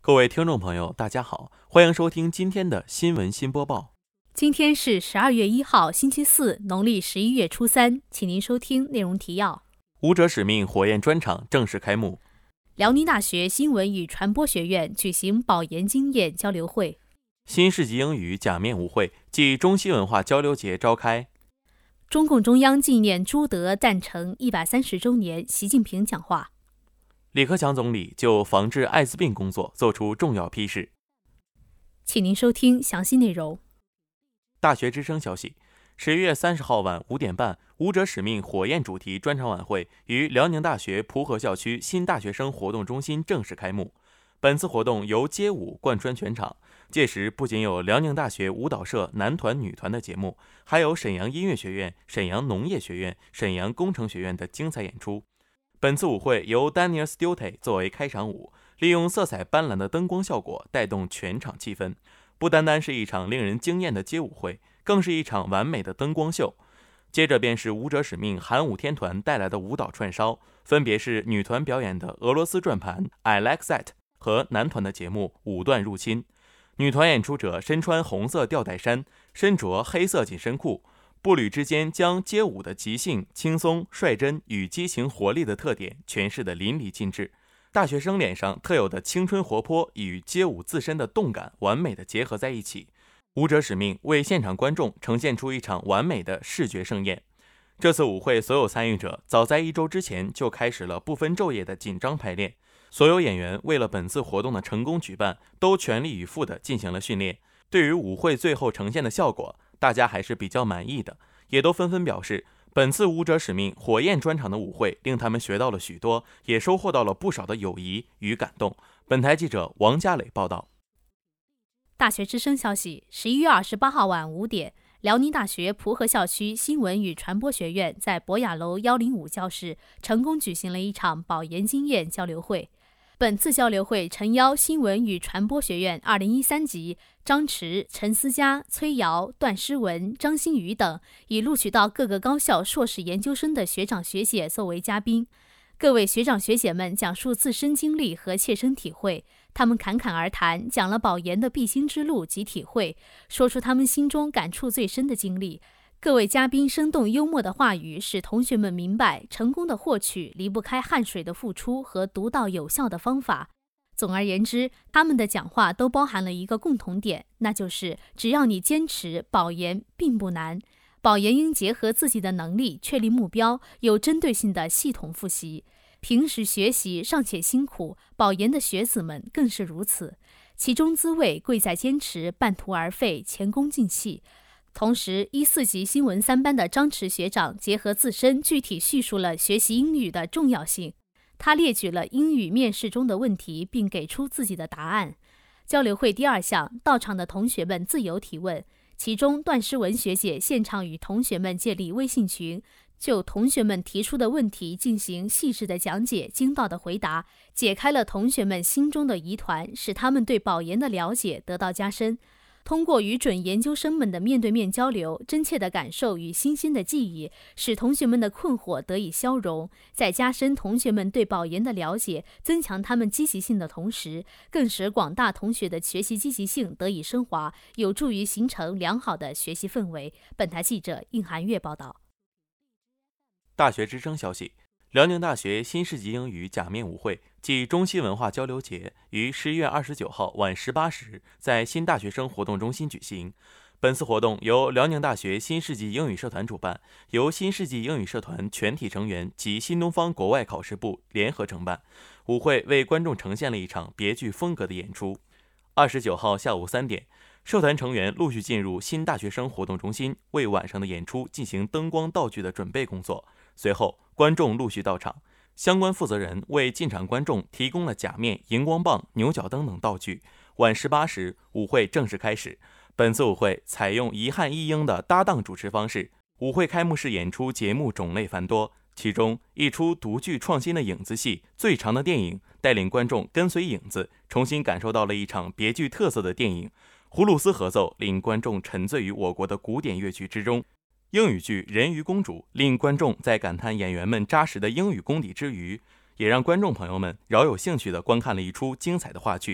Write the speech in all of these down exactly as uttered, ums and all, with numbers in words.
各位听众朋友，大家好，欢迎收听今天的新闻新播报。 今天是十二月一号，星期四，农历十一月初三，请您收听内容提要。 舞者使命火焰专场正式开幕。 辽宁大学新闻与传播学院举行保研经验交流会。 新世纪英语假面舞会暨中西文化交流节召开。 中共中央纪念朱德诞辰一百三十周年，习近平讲话。 李克强总理就防治艾滋病工作作出重要批示。 请您收听详细内容。 大学之声消息，十一月三十号晚五点半，舞者使命火焰主题专场晚会于辽宁大学蒲河校区新大学生活动中心正式开幕。本次活动由街舞贯穿全场，届时不仅有辽宁大学舞蹈社男团、女团的节目，还有沈阳音乐学院、沈阳农业学院、沈阳工程学院的精彩演出。本次舞会由 Daniel Stute 作为开场舞，利用色彩斑斓的灯光效果带动全场气氛。不单单是一场令人惊艳的街舞会，更是一场完美的灯光秀。接着便是舞者使命韩舞天团带来的舞蹈串烧，分别是女团表演的俄罗斯转盘 I Like That 和男团的节目舞段入侵。女团演出者身穿红色吊带衫，身着黑色紧身裤，步履之间将街舞的即兴、轻松、率真与激情活力的特点诠释得淋漓尽致。大学生脸上特有的青春活泼与街舞自身的动感完美的结合在一起。舞者使命为现场观众呈现出一场完美的视觉盛宴。这次舞会所有参与者早在一周之前就开始了不分昼夜的紧张排练，所有演员为了本次活动的成功举办，都全力以赴地进行了训练。对于舞会最后呈现的效果，大家还是比较满意的，也都纷纷表示，本次舞者使命火焰专场的舞会令他们学到了许多，也收获到了不少的友谊与感动。本台记者王佳磊报道。 大学之声消息，十一月二十八号晚五点，辽宁大学蒲河校区新闻与传播学院在博雅楼一零五教室成功举行了一场保研经验交流会。本次交流会诚邀新闻与传播学院二零一三级张弛、陈思佳、崔瑶、段诗文、张馨予等已录取到各个高校硕士研究生的学长学姐作为嘉宾。各位学长学姐们讲述自身经历和切身体会，他们侃侃而谈，讲了保研的必经之路及体会，说出他们心中感触最深的经历。各位嘉宾生动幽默的话语使同学们明白，成功的获取离不开汗水的付出和独到有效的方法。总而言之，他们的讲话都包含了一个共同点，那就是只要你坚持，保研并不难。保研应结合自己的能力，确立目标，有针对性的系统复习。平时学习尚且辛苦，保研的学子们更是如此。其中滋味贵在坚持，半途而废，前功尽弃。同时，一四级新闻三班的张弛学长结合自身具体叙述了学习英语的重要性。他列举了英语面试中的问题，并给出自己的答案。交流会第二项，到场的同学们自由提问，其中段诗文学姐现场与同学们建立微信群，就同学们提出的问题进行细致的讲解、精到的回答，解开了同学们心中的疑团，使他们对保研的了解得到加深。通过与准研究生们的面对面交流，真切的感受与新鲜的记忆，使同学们的困惑得以消融，在加深同学们对保研的了解，增强他们积极性的同时，更使广大同学的学习积极性得以升华，有助于形成良好的学习氛围。本台记者应寒月报道。 大学之声消息，辽宁大学新世纪英语假面舞会暨中西文化交流节于十一月二十九号晚十八时在新大学生活动中心举行。本次活动由辽宁大学新世纪英语社团主办，由新世纪英语社团全体成员及新东方国外考试部联合承办。舞会为观众呈现了一场别具风格的演出。二十九号下午三点，社团成员陆续进入新大学生活动中心，为晚上的演出进行灯光道具的准备工作。随后，观众陆续到场，相关负责人为进场观众提供了假面、荧光棒、牛角灯等道具。晚十八时，舞会正式开始。本次舞会采用一汉一英的搭档主持方式，舞会开幕式演出节目种类繁多，其中一出独具创新的影子戏《最长的电影》，带领观众跟随影子，重新感受到了一场别具特色的电影。葫芦丝合奏令观众沉醉于我国的古典乐曲之中。英语剧《人鱼公主》令观众在感叹演员们扎实的英语功底之余，也让观众朋友们饶有兴趣地观看了一出精彩的话剧。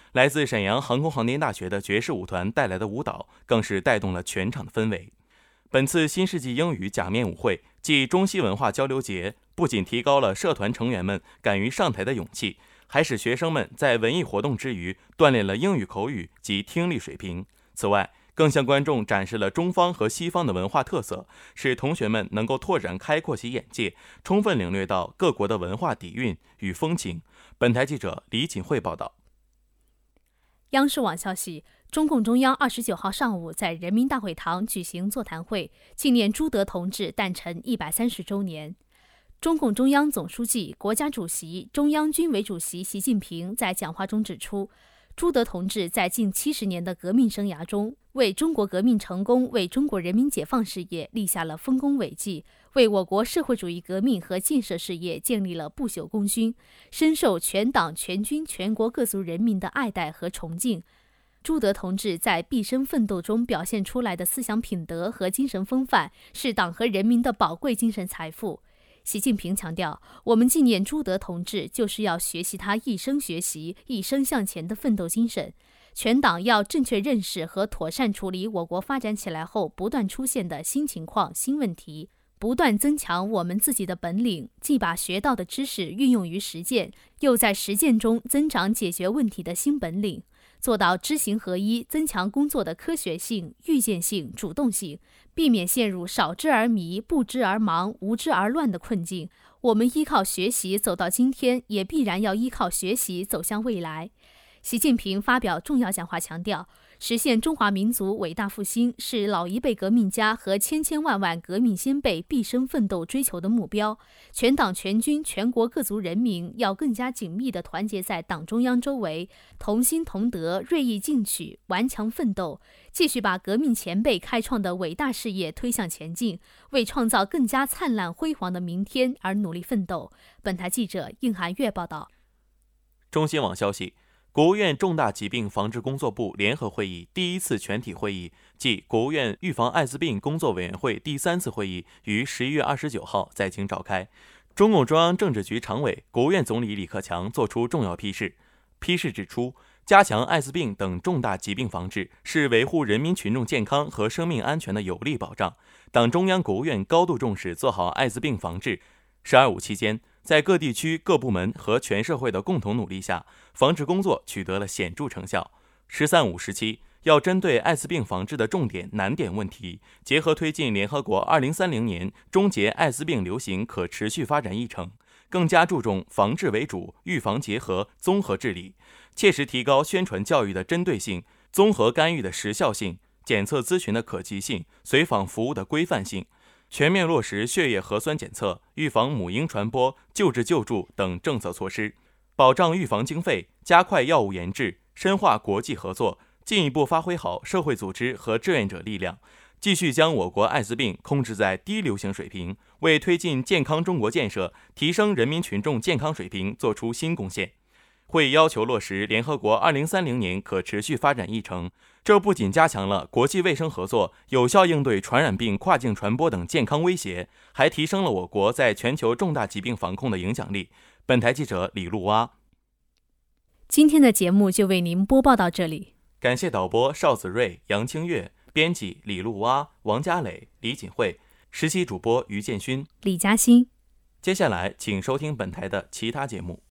来自沈阳航空航天大学的爵士舞团带来的舞蹈，更是带动了全场的氛围。本次新世纪英语假面舞会暨中西文化交流节，不仅提高了社团成员们敢于上台的勇气，还使学生们在文艺活动之余锻炼了英语口语及听力水平。此外，更向观众展示了中方和西方的文化特色，使同学们能够拓展开阔其眼界，充分领略到各国的文化底蕴与风情。本台记者李锦惠报道。 央视网消息，中共中央二十九号上午在人民大会堂举行座谈会，纪念朱德同志诞辰一百三十周年。中共中央总书记、国家主席、中央军委主席习近平在讲话中指出，朱德同志在近七十年的革命生涯中，为中国革命成功、为中国人民解放事业立下了丰功伟绩，为我国社会主义革命和建设事业建立了不朽功勋，深受全党全军全国各族人民的爱戴和崇敬。朱德同志在毕生奋斗中表现出来的思想品德和精神风范，是党和人民的宝贵精神财富。习近平强调，我们纪念朱德同志，就是要学习他一生学习、一生向前的奋斗精神。全党要正确认识和妥善处理我国发展起来后不断出现的新情况、新问题，不断增强我们自己的本领，既把学到的知识运用于实践，又在实践中增长解决问题的新本领，做到知行合一，增强工作的科学性、预见性、主动性，避免陷入少知而迷、不知而忙、无知而乱的困境。我们依靠学习走到今天，也必然要依靠学习走向未来。习近平发表重要讲话强调，实现中华民族伟大复兴是老一辈革命家和千千万万革命先辈毕生奋斗追求的目标。全党全军全国各族人民要更加紧密地团结在党中央周围，同心同德，锐意进取，顽强奋斗，继续把革命前辈开创的伟大事业推向前进，为创造更加灿烂辉煌的明天而努力奋斗。本台记者应涵月报道。 中新网消息，国务院重大疾病防治工作部联合会议第一次全体会议暨国务院预防艾滋病工作委员会第三次会议于十一月二十九号在京召开。中共中央政治局常委、国务院总理李克强作出重要批示。批示指出，加强艾滋病等重大疾病防治是维护人民群众健康和生命安全的有力保障。党中央、国务院高度重视做好艾滋病防治。十二五期间，在各地区各部门和全社会的共同努力下，防治工作取得了显著成效。十三五时期，要针对艾滋病防治的重点难点问题，结合推进联合国二零三零年终结艾滋病流行可持续发展议程，更加注重防治为主、预防结合、综合治理，切实提高宣传教育的针对性、综合干预的时效性、检测咨询的可及性、随访服务的规范性。全面落实血液核酸检测、预防母婴传播、救治救助等政策措施，保障预防经费，加快药物研制，深化国际合作，进一步发挥好社会组织和志愿者力量，继续将我国艾滋病控制在低流行水平，为推进健康中国建设、提升人民群众健康水平做出新贡献。会议要求落实联合国二零三零年可持续发展议程，这不仅加强了国际卫生合作，有效应对传染病跨境传播等健康威胁，还提升了我国在全球重大疾病防控的影响力。本台记者李露蛙。 今天的节目就为您播报到这里， 感谢导播邵子睿、杨清月，编辑李露蛙、王佳磊、李锦惠，实习主播于建勋、 李嘉欣。 接下来请收听本台的其他节目。